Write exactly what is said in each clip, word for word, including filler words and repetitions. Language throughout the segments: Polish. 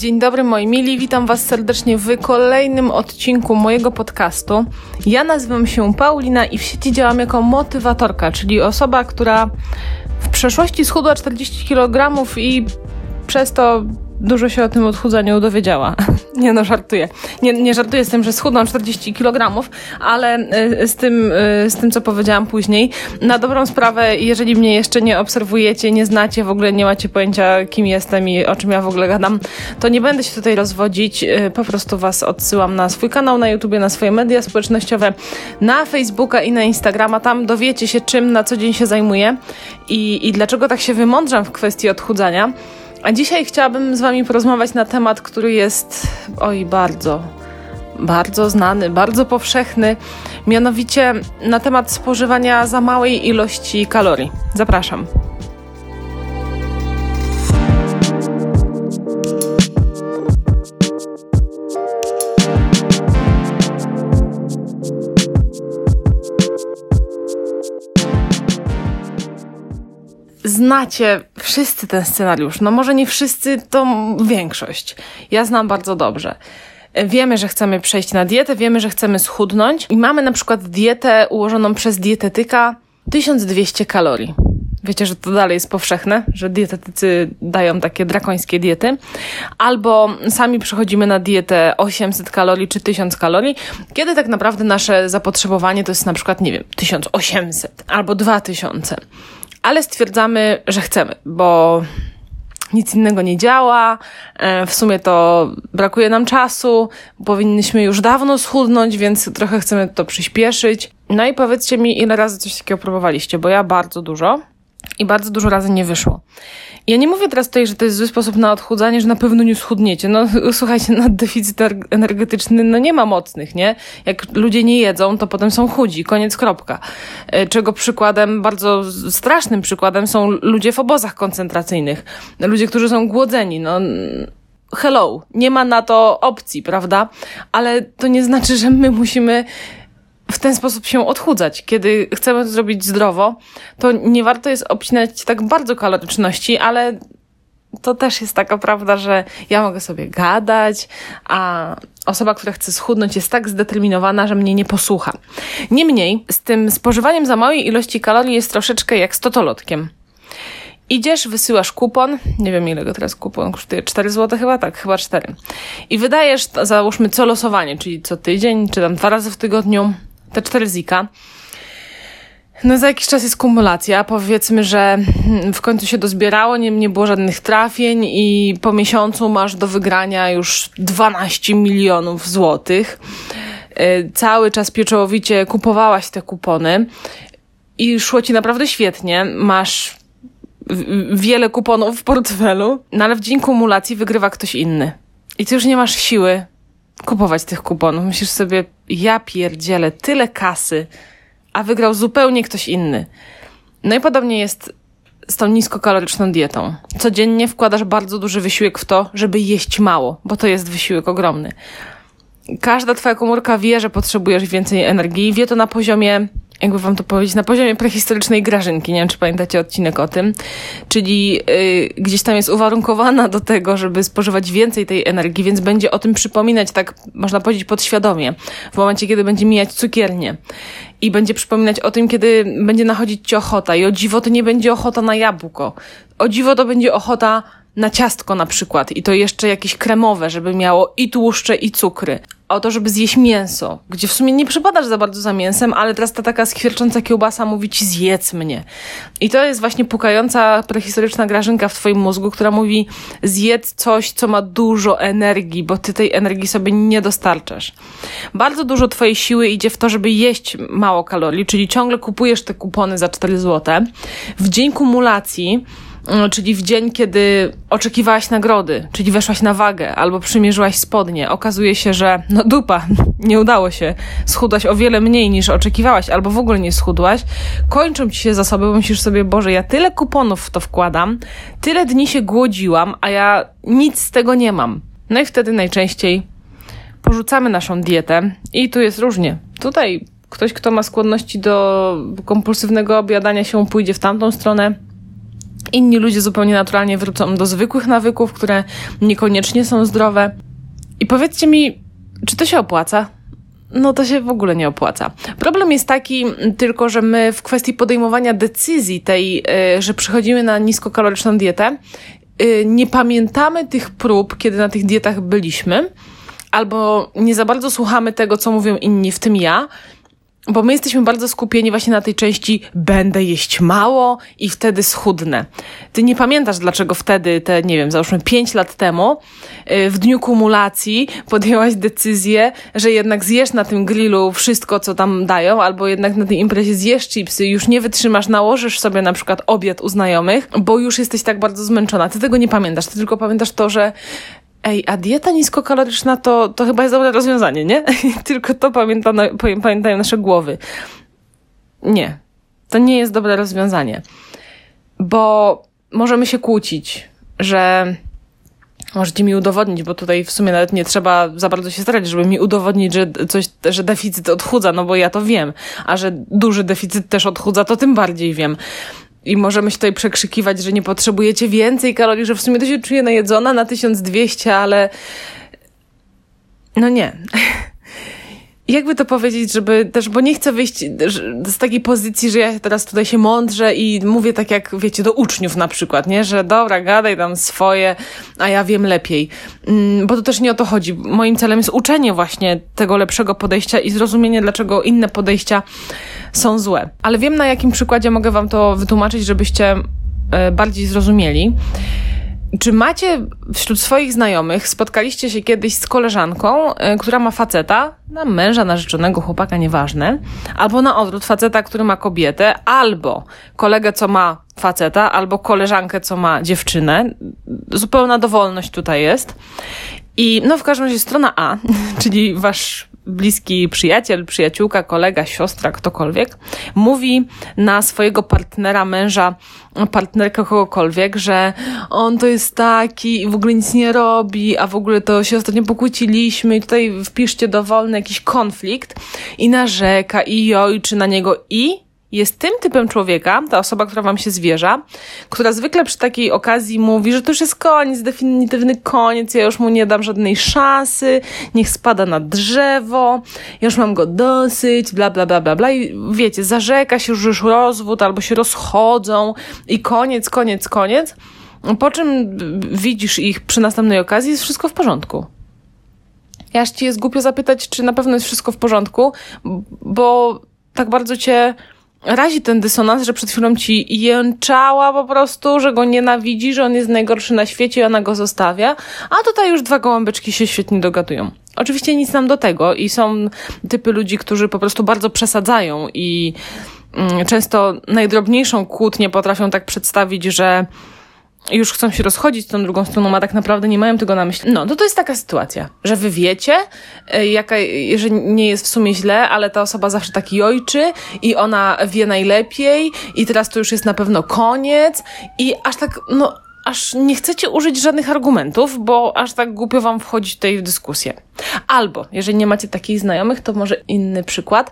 Dzień dobry moi mili, witam was serdecznie w kolejnym odcinku mojego podcastu. Ja nazywam się Paulina i w sieci działam jako motywatorka, czyli osoba, która w przeszłości schudła czterdzieści kilogramów i przez to dużo się o tym odchudzaniu dowiedziała. Nie no, żartuję. Nie, nie żartuję z tym, że schudłam czterdzieści kilogramów, ale z tym, z tym, co powiedziałam później. Na dobrą sprawę, jeżeli mnie jeszcze nie obserwujecie, nie znacie, w ogóle nie macie pojęcia, kim jestem i o czym ja w ogóle gadam, to nie będę się tutaj rozwodzić. Po prostu was odsyłam na swój kanał na YouTubie, na swoje media społecznościowe, na Facebooka i na Instagrama. Tam dowiecie się, czym na co dzień się zajmuję i, i dlaczego tak się wymądrzam w kwestii odchudzania. A dzisiaj chciałabym z wami porozmawiać na temat, który jest, oj, bardzo, bardzo znany, bardzo powszechny, mianowicie na temat spożywania za małej ilości kalorii. Zapraszam. Znacie wszyscy ten scenariusz. No może nie wszyscy, to większość. Ja znam bardzo dobrze. Wiemy, że chcemy przejść na dietę, wiemy, że chcemy schudnąć i mamy na przykład dietę ułożoną przez dietetyka tysiąc dwieście kalorii. Wiecie, że to dalej jest powszechne, że dietetycy dają takie drakońskie diety. Albo sami przechodzimy na dietę osiemset kalorii czy tysiąc kalorii, kiedy tak naprawdę nasze zapotrzebowanie to jest na przykład, nie wiem, tysiąc osiemset albo dwa tysiące. Ale stwierdzamy, że chcemy, bo nic innego nie działa, w sumie to brakuje nam czasu, powinniśmy już dawno schudnąć, więc trochę chcemy to przyspieszyć. No i powiedzcie mi, ile razy coś takiego próbowaliście, bo ja bardzo dużo i bardzo dużo razy nie wyszło. Ja nie mówię teraz tutaj, że to jest zły sposób na odchudzanie, że na pewno nie schudniecie. No słuchajcie, na deficyt energetyczny no nie ma mocnych, nie? Jak ludzie nie jedzą, to potem są chudzi, koniec, kropka. Czego przykładem, bardzo strasznym przykładem są ludzie w obozach koncentracyjnych. Ludzie, którzy są głodzeni, no hello, nie ma na to opcji, prawda? Ale to nie znaczy, że my musimy w ten sposób się odchudzać. Kiedy chcemy to zrobić zdrowo, to nie warto jest obcinać tak bardzo kaloryczności, ale to też jest taka prawda, że ja mogę sobie gadać, a osoba, która chce schudnąć, jest tak zdeterminowana, że mnie nie posłucha. Niemniej, z tym spożywaniem za małej ilości kalorii jest troszeczkę jak z totolotkiem. Idziesz, wysyłasz kupon, nie wiem ile go teraz kupon kosztuje, cztery złote chyba? Tak, chyba cztery. I wydajesz, załóżmy, co losowanie, czyli co tydzień, czy tam dwa razy w tygodniu, te cztery zika. No za jakiś czas jest kumulacja, powiedzmy, że w końcu się dozbierało, nie, nie było żadnych trafień i po miesiącu masz do wygrania już dwanaście milionów złotych. Yy, cały czas pieczołowicie kupowałaś te kupony i szło ci naprawdę świetnie, masz wiele kuponów w portfelu, no ale w dzień kumulacji wygrywa ktoś inny. I ty już nie masz siły kupować tych kuponów. Myślisz sobie, ja pierdzielę, tyle kasy, a wygrał zupełnie ktoś inny. No i podobnie jest z tą niskokaloryczną dietą. Codziennie wkładasz bardzo duży wysiłek w to, żeby jeść mało, bo to jest wysiłek ogromny. Każda twoja komórka wie, że potrzebujesz więcej energii, wie to na poziomie, jakby wam to powiedzieć, na poziomie prehistorycznej grażynki. Nie wiem, czy pamiętacie odcinek o tym. Czyli yy, gdzieś tam jest uwarunkowana do tego, żeby spożywać więcej tej energii, więc będzie o tym przypominać, tak można powiedzieć, podświadomie. W momencie, kiedy będzie mijać cukiernię. I będzie przypominać o tym, kiedy będzie nachodzić ci ochota. I o dziwo to nie będzie ochota na jabłko. O dziwo to będzie ochota na ciastko na przykład. I to jeszcze jakieś kremowe, żeby miało i tłuszcze, i cukry. O to, żeby zjeść mięso, gdzie w sumie nie przypadasz za bardzo za mięsem, ale teraz ta taka skwiercząca kiełbasa mówi ci zjedz mnie. I to jest właśnie pukająca prehistoryczna grażynka w twoim mózgu, która mówi zjedz coś, co ma dużo energii, bo ty tej energii sobie nie dostarczasz. Bardzo dużo twojej siły idzie w to, żeby jeść mało kalorii, czyli ciągle kupujesz te kupony za cztery złote. W dzień kumulacji, czyli w dzień, kiedy oczekiwałaś nagrody, czyli weszłaś na wagę albo przymierzyłaś spodnie, okazuje się, że no dupa, nie udało się, schudłaś o wiele mniej niż oczekiwałaś albo w ogóle nie schudłaś, kończą ci się zasoby, bo myślisz sobie, Boże, ja tyle kuponów w to wkładam, tyle dni się głodziłam, a ja nic z tego nie mam. No i wtedy najczęściej porzucamy naszą dietę i tu jest różnie. Tutaj ktoś, kto ma skłonności do kompulsywnego objadania się, pójdzie w tamtą stronę, Inni ludzie zupełnie naturalnie wrócą do zwykłych nawyków, które niekoniecznie są zdrowe. I powiedzcie mi, czy to się opłaca? No to się w ogóle nie opłaca. Problem jest taki tylko, że my w kwestii podejmowania decyzji tej, że przychodzimy na niskokaloryczną dietę, nie pamiętamy tych prób, kiedy na tych dietach byliśmy, albo nie za bardzo słuchamy tego, co mówią inni, w tym ja, bo my jesteśmy bardzo skupieni właśnie na tej części będę jeść mało i wtedy schudnę. Ty nie pamiętasz, dlaczego wtedy, te, nie wiem, załóżmy pięć lat temu, w dniu kumulacji podjęłaś decyzję, że jednak zjesz na tym grillu wszystko, co tam dają, albo jednak na tej imprezie zjesz chipsy, już nie wytrzymasz, nałożysz sobie na przykład obiad u znajomych, bo już jesteś tak bardzo zmęczona. Ty tego nie pamiętasz, ty tylko pamiętasz to, że ej, a dieta niskokaloryczna to, to chyba jest dobre rozwiązanie, nie? Tylko to pamięta, pamiętają nasze głowy. Nie, to nie jest dobre rozwiązanie. Bo możemy się kłócić, że możecie mi udowodnić, bo tutaj w sumie nawet nie trzeba za bardzo się starać, żeby mi udowodnić, że coś, że deficyt odchudza, no bo ja to wiem. A że duży deficyt też odchudza, to tym bardziej wiem. I możemy się tutaj przekrzykiwać, że nie potrzebujecie więcej kalorii, że w sumie to się czuję najedzona na tysiąc dwieście, ale no nie. Jakby to powiedzieć, żeby też, bo nie chcę wyjść z takiej pozycji, że ja teraz tutaj się mądrzę i mówię tak jak, wiecie, do uczniów na przykład, nie? Że dobra, gadaj tam swoje, a ja wiem lepiej. Bo to też nie o to chodzi. Moim celem jest uczenie właśnie tego lepszego podejścia i zrozumienie, dlaczego inne podejścia są złe. Ale wiem, na jakim przykładzie mogę wam to wytłumaczyć, żebyście bardziej zrozumieli. Czy macie wśród swoich znajomych, spotkaliście się kiedyś z koleżanką, y, która ma faceta, na męża, narzeczonego, chłopaka, nieważne, albo na odwrót faceta, który ma kobietę, albo kolegę, co ma faceta, albo koleżankę, co ma dziewczynę. Zupełna dowolność tutaj jest. I no w każdym razie strona A, czyli wasz bliski przyjaciel, przyjaciółka, kolega, siostra, ktokolwiek, mówi na swojego partnera, męża, partnerkę, kogokolwiek, że on to jest taki i w ogóle nic nie robi, a w ogóle to się ostatnio pokłóciliśmy i tutaj wpiszcie dowolny jakiś konflikt i narzeka i jojczy na niego i jest tym typem człowieka, ta osoba, która wam się zwierza, która zwykle przy takiej okazji mówi, że to już jest koniec, definitywny koniec, ja już mu nie dam żadnej szansy, niech spada na drzewo, ja już mam go dosyć, bla, bla, bla, bla, bla. I wiecie, zarzeka się, że już rozwód, albo się rozchodzą i koniec, koniec, koniec. Po czym widzisz ich przy następnej okazji, jest wszystko w porządku. Aż ci jest głupio zapytać, czy na pewno jest wszystko w porządku, bo tak bardzo cię razi ten dysonans, że przed chwilą ci jęczała po prostu, że go nienawidzi, że on jest najgorszy na świecie i ona go zostawia, a tutaj już dwa gołąbeczki się świetnie dogadują. Oczywiście nic nam do tego i są typy ludzi, którzy po prostu bardzo przesadzają i mm, często najdrobniejszą kłótnię potrafią tak przedstawić, że już chcą się rozchodzić z tą drugą stroną, a tak naprawdę nie mają tego na myśli. No, to to jest taka sytuacja, że wy wiecie, jaka, że nie jest w sumie źle, ale ta osoba zawsze tak jojczy i ona wie najlepiej i teraz to już jest na pewno koniec i aż tak, no, aż nie chcecie użyć żadnych argumentów, bo aż tak głupio wam wchodzić tutaj w dyskusję. Albo, jeżeli nie macie takich znajomych, to może inny przykład.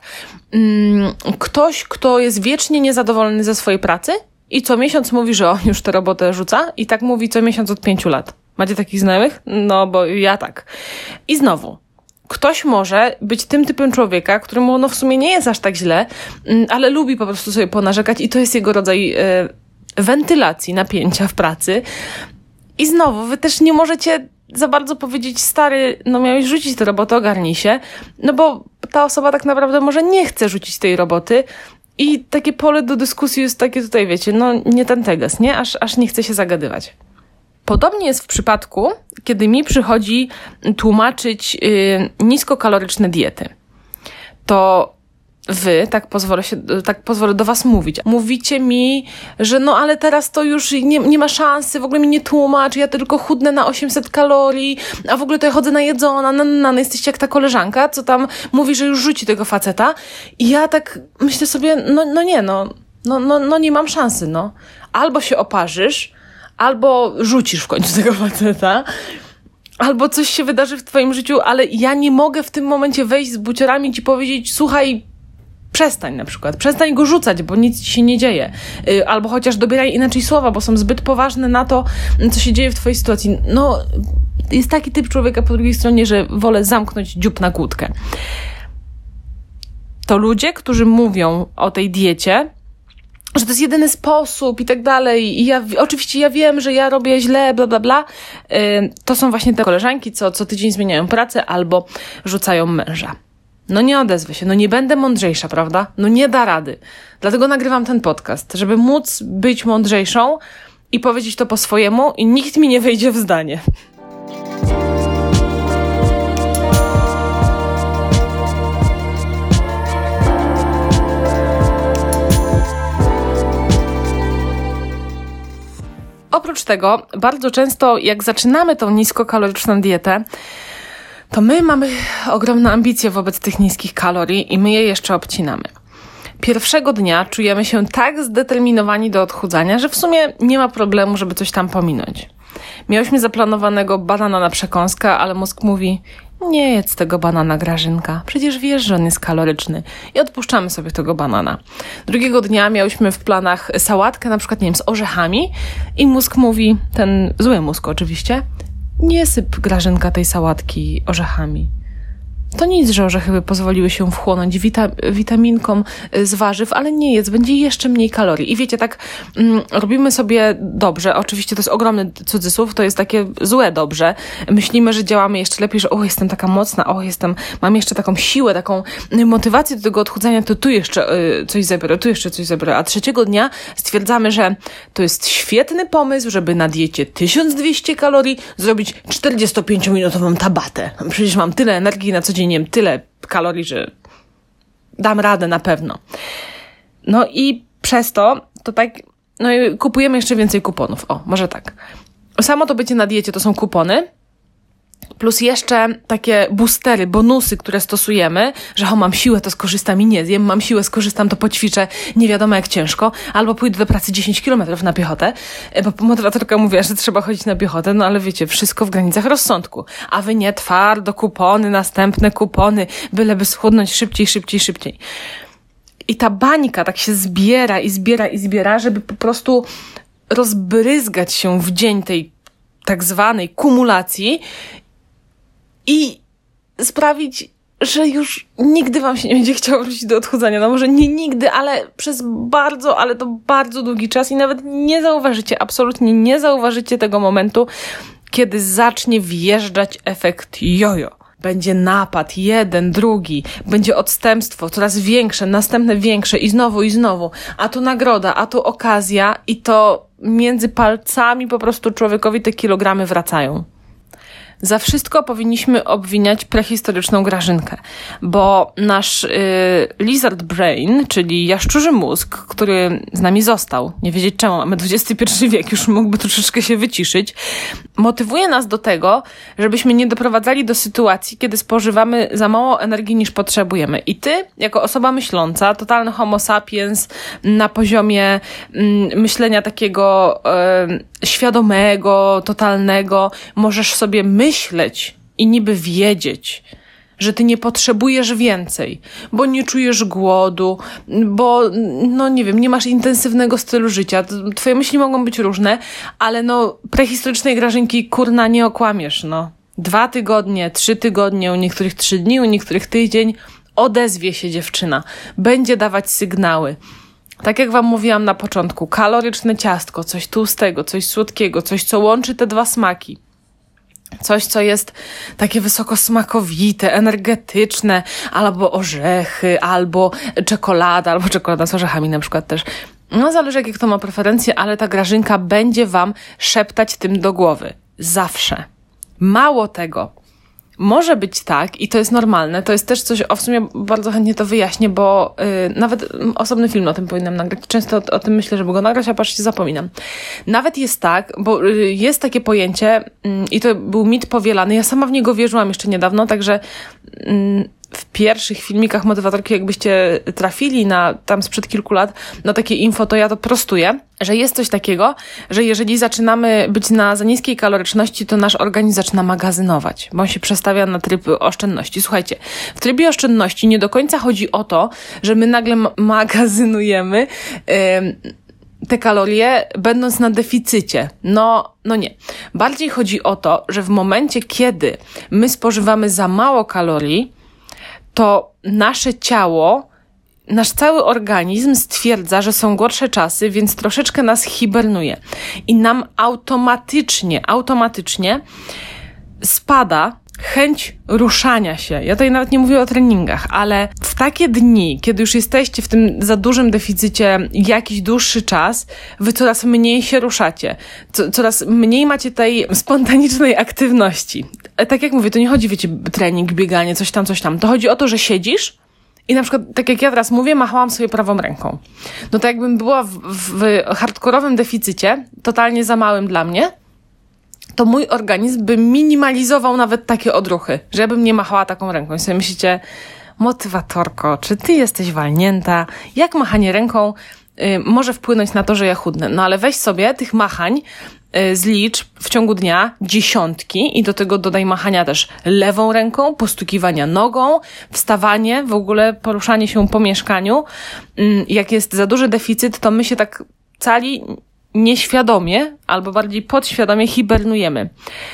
Ktoś, kto jest wiecznie niezadowolony ze swojej pracy, i co miesiąc mówi, że on już tę robotę rzuca i tak mówi co miesiąc od pięciu lat. Macie takich znajomych? No, bo ja tak. I znowu, ktoś może być tym typem człowieka, któremu no w sumie nie jest aż tak źle, ale lubi po prostu sobie ponarzekać i to jest jego rodzaj e, wentylacji napięcia w pracy. I znowu, wy też nie możecie za bardzo powiedzieć, stary, no miałeś rzucić tę robotę, ogarnij się, no bo ta osoba tak naprawdę może nie chce rzucić tej roboty, i takie pole do dyskusji jest takie tutaj, wiecie, no nie ten teges, nie? Aż, aż nie chce się zagadywać. Podobnie jest w przypadku, kiedy mi przychodzi tłumaczyć yy, niskokaloryczne diety. To wy, tak pozwolę się, tak pozwolę do was mówić, mówicie mi, że no ale teraz to już nie, nie ma szansy, w ogóle mi nie tłumacz, ja tylko chudnę na osiemset kalorii, a w ogóle to ja chodzę najedzona, no, no, no, jesteście jak ta koleżanka, co tam mówi, że już rzuci tego faceta i ja tak myślę sobie, no, no nie, no, no, no, no nie mam szansy, no. Albo się oparzysz, albo rzucisz w końcu tego faceta, albo coś się wydarzy w twoim życiu, ale ja nie mogę w tym momencie wejść z buciorami i ci powiedzieć, słuchaj, Przestań na przykład, przestań go rzucać, bo nic ci się nie dzieje. Albo chociaż dobieraj inaczej słowa, bo są zbyt poważne na to, co się dzieje w twojej sytuacji. No, jest taki typ człowieka po drugiej stronie, że wolę zamknąć dziób na kłódkę. To ludzie, którzy mówią o tej diecie, że to jest jedyny sposób i tak dalej. I ja, oczywiście ja wiem, że ja robię źle, bla, bla, bla. Yy, to są właśnie te koleżanki, co co tydzień zmieniają pracę albo rzucają męża. No nie odezwę się, no nie będę mądrzejsza, prawda? No nie da rady. Dlatego nagrywam ten podcast, żeby móc być mądrzejszą i powiedzieć to po swojemu i nikt mi nie wejdzie w zdanie. Oprócz tego, bardzo często jak zaczynamy tą niskokaloryczną dietę, to my mamy ogromne ambicje wobec tych niskich kalorii i my je jeszcze obcinamy. Pierwszego dnia czujemy się tak zdeterminowani do odchudzania, że w sumie nie ma problemu, żeby coś tam pominąć. Miałyśmy zaplanowanego banana na przekąskę, ale mózg mówi: nie jedz tego banana, Grażynka, przecież wiesz, że on jest kaloryczny. I odpuszczamy sobie tego banana. Drugiego dnia miałyśmy w planach sałatkę, na przykład, nie wiem, z orzechami i mózg mówi, ten zły mózg oczywiście: nie syp, Grażynka, tej sałatki orzechami. To nic, że orzechy by pozwoliły się wchłonąć wita- witaminkom z warzyw, ale nie jedz, będzie jeszcze mniej kalorii. I wiecie, tak mm, robimy sobie dobrze. Oczywiście to jest ogromny cudzysłów, to jest takie złe dobrze. Myślimy, że działamy jeszcze lepiej, że o, jestem taka mocna, o, jestem, mam jeszcze taką siłę, taką motywację do tego odchudzania, to tu jeszcze y, coś zabiorę, tu jeszcze coś zabiorę. A trzeciego dnia stwierdzamy, że to jest świetny pomysł, żeby na diecie tysiąc dwieście kalorii zrobić czterdziestopięciominutową tabatę. Przecież mam tyle energii na co dzień, nie wiem, tyle kalorii, że dam radę na pewno. No i przez to, to tak, no i kupujemy jeszcze więcej kuponów. O, może tak. Samo to bycie na diecie to są kupony, plus jeszcze takie boostery, bonusy, które stosujemy, że o, mam siłę, to skorzystam i nie zjem, mam siłę, skorzystam, to poćwiczę, nie wiadomo jak ciężko, albo pójdę do pracy dziesięć kilometrów na piechotę, bo motywatorka mówiła, że trzeba chodzić na piechotę, no ale wiecie, wszystko w granicach rozsądku, a wy nie, twardo, kupony, następne kupony, byleby schudnąć szybciej, szybciej, szybciej. I ta bańka tak się zbiera i zbiera i zbiera, żeby po prostu rozbryzgać się w dzień tej tak zwanej kumulacji i sprawić, że już nigdy wam się nie będzie chciało wrócić do odchudzania. No może nie nigdy, ale przez bardzo, ale to bardzo długi czas i nawet nie zauważycie, absolutnie nie zauważycie tego momentu, kiedy zacznie wjeżdżać efekt jojo. Będzie napad, jeden, drugi, będzie odstępstwo, coraz większe, następne większe i znowu, i znowu. A tu nagroda, a tu okazja i to między palcami po prostu człowiekowi te kilogramy wracają. Za wszystko powinniśmy obwiniać prehistoryczną Grażynkę, bo nasz y, lizard brain, czyli jaszczurzy mózg, który z nami został, nie wiedzieć czemu, mamy dwudziesty pierwszy wiek, już mógłby troszeczkę się wyciszyć, motywuje nas do tego, żebyśmy nie doprowadzali do sytuacji, kiedy spożywamy za mało energii niż potrzebujemy. I ty, jako osoba myśląca, totalny homo sapiens na poziomie mm, myślenia takiego y, świadomego, totalnego, możesz sobie myśleć i niby wiedzieć, że ty nie potrzebujesz więcej, bo nie czujesz głodu, bo, no nie wiem, nie masz intensywnego stylu życia. Twoje myśli mogą być różne, ale no prehistorycznej Grażynki, kurna, nie okłamiesz, no. Dwa tygodnie, trzy tygodnie, u niektórych trzy dni, u niektórych tydzień, odezwie się dziewczyna, będzie dawać sygnały. Tak jak wam mówiłam na początku, kaloryczne ciastko, coś tłustego, coś słodkiego, coś, co łączy te dwa smaki. Coś, co jest takie wysoko smakowite, energetyczne, albo orzechy, albo czekolada, albo czekolada z orzechami na przykład też. No zależy, jakie kto ma preferencje, ale ta Grażynka będzie wam szeptać tym do głowy. Zawsze. Mało tego. Może być tak, i to jest normalne, to jest też coś, o w sumie bardzo chętnie to wyjaśnię, bo yy, nawet osobny film o tym powinnam nagrać. Często o, o tym myślę, żeby go nagrać, a patrzcie, zapominam. Nawet jest tak, bo yy, jest takie pojęcie yy, i to był mit powielany, ja sama w niego wierzyłam jeszcze niedawno, także yy, w pierwszych filmikach motywatorki, jakbyście trafili na tam sprzed kilku lat na takie info, to ja to prostuję, że jest coś takiego, że jeżeli zaczynamy być na za niskiej kaloryczności, to nasz organizm zaczyna magazynować, bo on się przestawia na tryb oszczędności. Słuchajcie, w trybie oszczędności nie do końca chodzi o to, że my nagle ma- magazynujemy yy, te kalorie, będąc na deficycie. No, no nie. Bardziej chodzi o to, że w momencie, kiedy my spożywamy za mało kalorii, to nasze ciało, nasz cały organizm stwierdza, że są gorsze czasy, więc troszeczkę nas hibernuje. I nam automatycznie, automatycznie spada chęć ruszania się. Ja tutaj nawet nie mówię o treningach, ale w takie dni, kiedy już jesteście w tym za dużym deficycie jakiś dłuższy czas, wy coraz mniej się ruszacie. Co, coraz mniej macie tej spontanicznej aktywności. Tak jak mówię, to nie chodzi, wiecie, trening, bieganie, coś tam, coś tam. To chodzi o to, że siedzisz i na przykład, tak jak ja teraz mówię, machałam sobie prawą ręką. No to jakbym była w, w hardkorowym deficycie, totalnie za małym dla mnie, to mój organizm by minimalizował nawet takie odruchy, że ja bym nie machała taką ręką. I sobie myślicie, motywatorko, czy ty jesteś walnięta? Jak machanie ręką y, może wpłynąć na to, że ja chudnę? No ale weź sobie tych machań, y, zlicz w ciągu dnia dziesiątki i do tego dodaj machania też lewą ręką, postukiwania nogą, wstawanie, w ogóle poruszanie się po mieszkaniu. Y, jak jest za duży deficyt, to my się tak cali nieświadomie, albo bardziej podświadomie hibernujemy.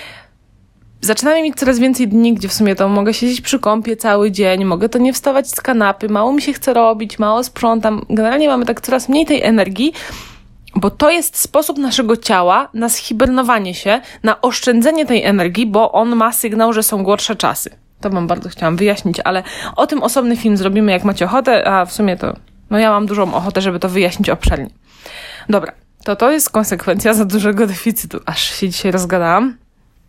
Zaczynamy mieć coraz więcej dni, gdzie w sumie to mogę siedzieć przy kąpie cały dzień, mogę to nie wstawać z kanapy, mało mi się chce robić, mało sprzątam. Generalnie mamy tak coraz mniej tej energii, bo to jest sposób naszego ciała na zhibernowanie się, na oszczędzenie tej energii, bo on ma sygnał, że są gorsze czasy. To wam bardzo chciałam wyjaśnić, ale o tym osobny film zrobimy, jak macie ochotę, a w sumie to, no ja mam dużą ochotę, żeby to wyjaśnić obszernie. Dobra. To to jest konsekwencja za dużego deficytu. Aż się dzisiaj rozgadałam.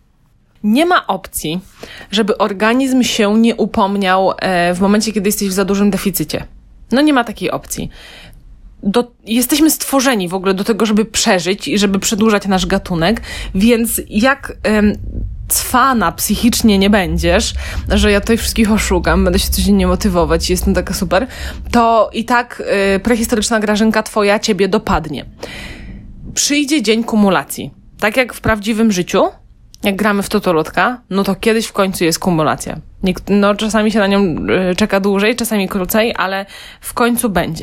Nie ma opcji, żeby organizm się nie upomniał e, w momencie, kiedy jesteś w za dużym deficycie. No nie ma takiej opcji. Do, jesteśmy stworzeni w ogóle do tego, żeby przeżyć i żeby przedłużać nasz gatunek, więc jak em, cwana psychicznie nie będziesz, że ja tutaj wszystkich oszukam, będę się codziennie motywować i jestem taka super, to i tak y, prehistoryczna Grażynka twoja ciebie dopadnie. Przyjdzie dzień kumulacji. Tak jak w prawdziwym życiu, jak gramy w totolotka, no to kiedyś w końcu jest kumulacja. No czasami się na nią y, czeka dłużej, czasami krócej, ale w końcu będzie.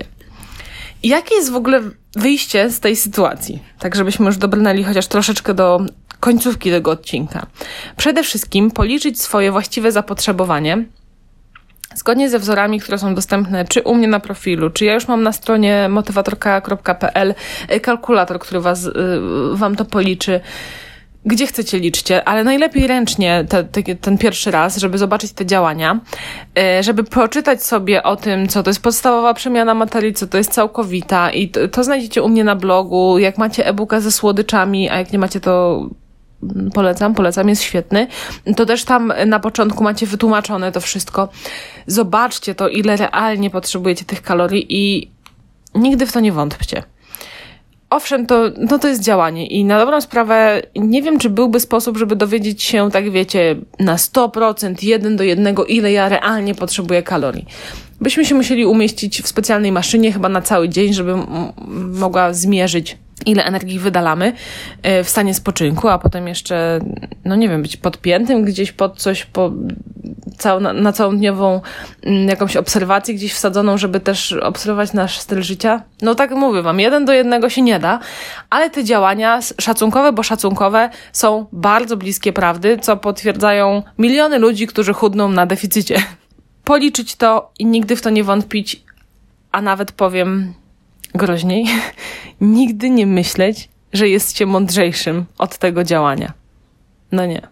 I jakie jest w ogóle wyjście z tej sytuacji? Tak, żebyśmy już dobrnęli chociaż troszeczkę do końcówki tego odcinka. Przede wszystkim policzyć swoje właściwe zapotrzebowanie zgodnie ze wzorami, które są dostępne czy u mnie na profilu, czy ja już mam na stronie motywatorka kropka p l kalkulator, który was, wam to policzy. Gdzie chcecie, liczcie, ale najlepiej ręcznie te, te, ten pierwszy raz, żeby zobaczyć te działania, żeby poczytać sobie o tym, co to jest podstawowa przemiana materii, co to jest całkowita i to, to znajdziecie u mnie na blogu. Jak macie e-booka ze słodyczami, a jak nie macie, to polecam, polecam, jest świetny, to też tam na początku macie wytłumaczone to wszystko. Zobaczcie to, ile realnie potrzebujecie tych kalorii i nigdy w to nie wątpcie. Owszem, to, no to jest działanie i na dobrą sprawę nie wiem, czy byłby sposób, żeby dowiedzieć się, tak wiecie, na sto procent, jeden do jednego, ile ja realnie potrzebuję kalorii. Byśmy się musieli umieścić w specjalnej maszynie chyba na cały dzień, żeby m- mogła zmierzyć, ile energii wydalamy w stanie spoczynku, a potem jeszcze, no nie wiem, być podpiętym gdzieś pod coś, po cał, na, na całodniową jakąś obserwację gdzieś wsadzoną, żeby też obserwować nasz styl życia. No tak mówię wam, jeden do jednego się nie da, ale te działania szacunkowe, bo szacunkowe są bardzo bliskie prawdy, co potwierdzają miliony ludzi, którzy chudną na deficycie. Policzyć to i nigdy w to nie wątpić, a nawet powiem groźniej, nigdy nie myśleć, że jest się mądrzejszym od tego działania. No nie.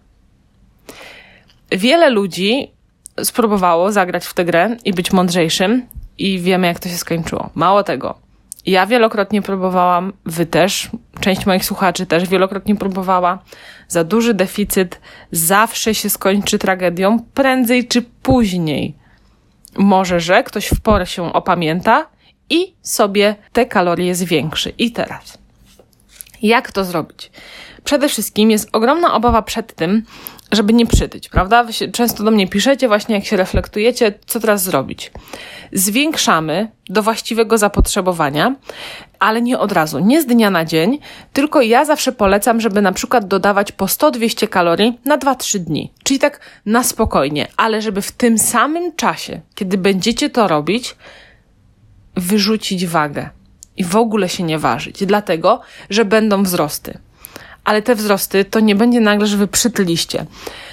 Wiele ludzi spróbowało zagrać w tę grę i być mądrzejszym i wiemy, jak to się skończyło. Mało tego. Ja wielokrotnie próbowałam, wy też, część moich słuchaczy też wielokrotnie próbowała. Za duży deficyt zawsze się skończy tragedią, prędzej czy później. Może, że ktoś w porę się opamięta i sobie te kalorie zwiększy. I teraz, jak to zrobić? Przede wszystkim jest ogromna obawa przed tym, żeby nie przytyć, prawda? Wy się często do mnie piszecie właśnie, jak się reflektujecie, co teraz zrobić. Zwiększamy do właściwego zapotrzebowania, ale nie od razu, nie z dnia na dzień, tylko ja zawsze polecam, żeby na przykład dodawać po sto do dwieście kalorii na dwa trzy dni. Czyli tak na spokojnie, ale żeby w tym samym czasie, kiedy będziecie to robić, wyrzucić wagę i w ogóle się nie ważyć, dlatego, że będą wzrosty. Ale te wzrosty to nie będzie nagle, że wy przytyliście.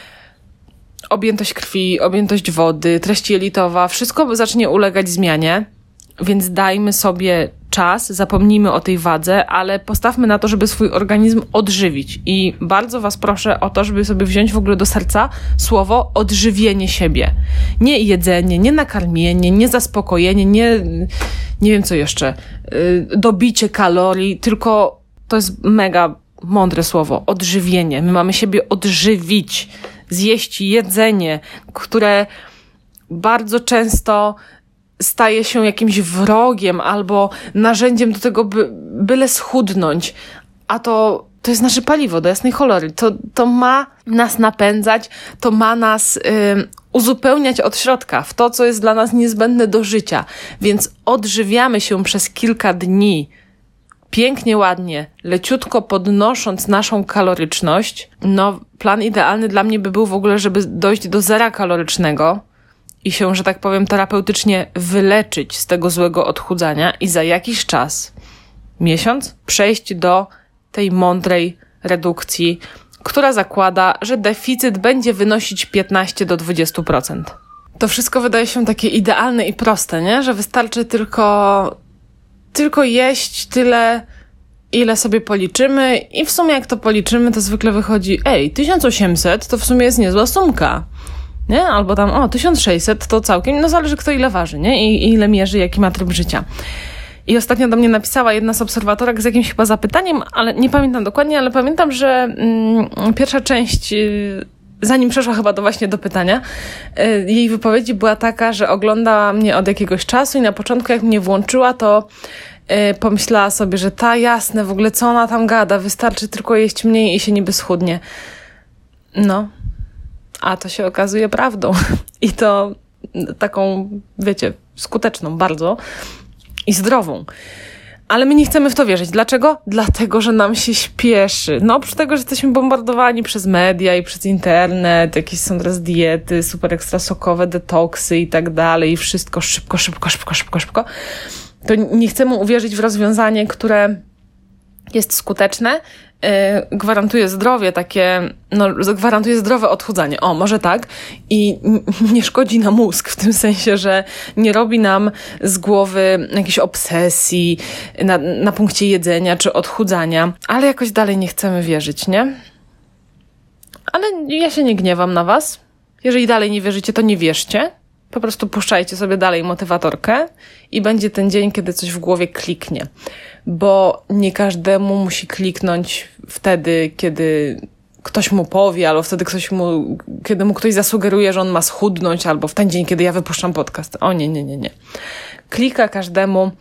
Objętość krwi, objętość wody, treść jelitowa, wszystko zacznie ulegać zmianie, więc dajmy sobie czas, zapomnijmy o tej wadze, ale postawmy na to, żeby swój organizm odżywić. I bardzo was proszę o to, żeby sobie wziąć w ogóle do serca słowo odżywienie siebie. Nie jedzenie, nie nakarmienie, nie zaspokojenie, nie, nie wiem co jeszcze, yy, dobicie kalorii, tylko to jest mega mądre słowo, odżywienie. My mamy siebie odżywić, zjeść jedzenie, które bardzo często staje się jakimś wrogiem albo narzędziem do tego, by byle schudnąć. A to, to jest nasze paliwo, do jasnej cholery. To, to ma nas napędzać, to ma nas y, uzupełniać od środka w to, co jest dla nas niezbędne do życia. Więc odżywiamy się przez kilka dni, pięknie, ładnie, leciutko podnosząc naszą kaloryczność. No, plan idealny dla mnie by był w ogóle, żeby dojść do zera kalorycznego i się, że tak powiem, terapeutycznie wyleczyć z tego złego odchudzania i za jakiś czas, miesiąc, przejść do tej mądrej redukcji, która zakłada, że deficyt będzie wynosić piętnaście do dwudziestu procent. To wszystko wydaje się takie idealne i proste, nie? Że wystarczy tylko, tylko jeść tyle, ile sobie policzymy i w sumie jak to policzymy, to zwykle wychodzi, ej, tysiąc osiemset to w sumie jest niezła sumka. Nie? Albo tam, o, tysiąc sześćset to całkiem, no zależy kto ile waży, nie? I, i ile mierzy, jaki ma tryb życia. I ostatnio do mnie napisała jedna z obserwatorek z jakimś chyba zapytaniem, ale nie pamiętam dokładnie, ale pamiętam, że mm, pierwsza część, yy, zanim przeszła chyba do właśnie do pytania, yy, jej wypowiedzi była taka, że oglądała mnie od jakiegoś czasu i na początku jak mnie włączyła, to yy, pomyślała sobie, że ta jasne, w ogóle co ona tam gada, wystarczy tylko jeść mniej i się niby schudnie. No. A to się okazuje prawdą. I to taką, wiecie, skuteczną bardzo i zdrową. Ale my nie chcemy w to wierzyć. Dlaczego? Dlatego, że nam się śpieszy. No oprócz tego, że jesteśmy bombardowani przez media i przez internet, jakieś są teraz diety, super ekstra sokowe, detoksy i tak dalej, i wszystko szybko, szybko, szybko, szybko, szybko, to nie chcemy uwierzyć w rozwiązanie, które jest skuteczne, Yy, gwarantuje zdrowie takie, no gwarantuje zdrowe odchudzanie, o może tak, i n- nie szkodzi na mózg, w tym sensie, że nie robi nam z głowy jakiejś obsesji na, na punkcie jedzenia czy odchudzania, ale jakoś dalej nie chcemy wierzyć, nie? Ale ja się nie gniewam na was. Jeżeli dalej nie wierzycie, to nie wierzcie. Po prostu puszczajcie sobie dalej motywatorkę i będzie ten dzień, kiedy coś w głowie kliknie. Bo nie każdemu musi kliknąć wtedy, kiedy ktoś mu powie, albo wtedy ktoś mu, kiedy mu ktoś zasugeruje, że on ma schudnąć, albo w ten dzień, kiedy ja wypuszczam podcast. O nie, nie, nie, nie. Klika każdemu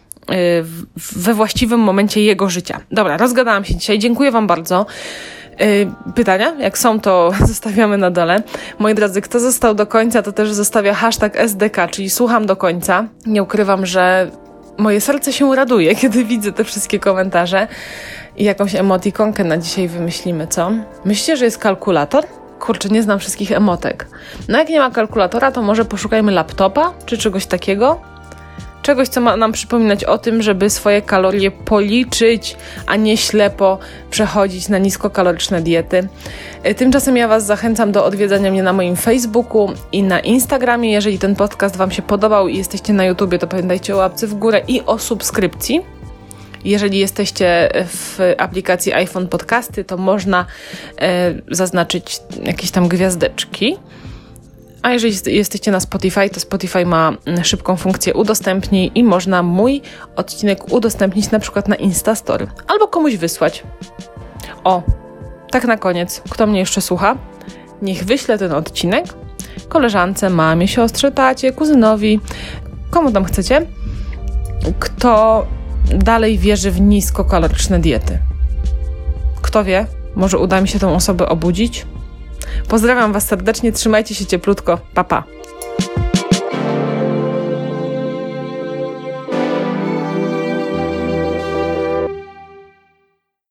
we właściwym momencie jego życia. Dobra, rozgadałam się dzisiaj. Dziękuję wam bardzo. Pytania, jak są, to zostawiamy na dole. Moi drodzy, kto został do końca, to też zostawia hashtag S D K, czyli słucham do końca. Nie ukrywam, że moje serce się raduje, kiedy widzę te wszystkie komentarze i jakąś emotikonkę na dzisiaj wymyślimy, co? Myślicie, że jest kalkulator? Kurczę, nie znam wszystkich emotek. No jak nie ma kalkulatora, to może poszukajmy laptopa, czy czegoś takiego? Czegoś, co ma nam przypominać o tym, żeby swoje kalorie policzyć, a nie ślepo przechodzić na niskokaloryczne diety. Tymczasem ja was zachęcam do odwiedzania mnie na moim Facebooku i na Instagramie. Jeżeli ten podcast wam się podobał i jesteście na YouTubie, to pamiętajcie o łapce w górę i o subskrypcji. Jeżeli jesteście w aplikacji iPhone Podcasty, to można e, zaznaczyć jakieś tam gwiazdeczki. A jeżeli jesteście na Spotify, to Spotify ma szybką funkcję udostępnij i można mój odcinek udostępnić na przykład na Instastory albo komuś wysłać. O, tak na koniec, kto mnie jeszcze słucha, niech wyśle ten odcinek koleżance, mamie, siostrze, tacie, kuzynowi, komu tam chcecie, kto dalej wierzy w niskokaloryczne diety. Kto wie, Może uda mi się tą osobę obudzić? Pozdrawiam Was serdecznie, trzymajcie się cieplutko, pa pa!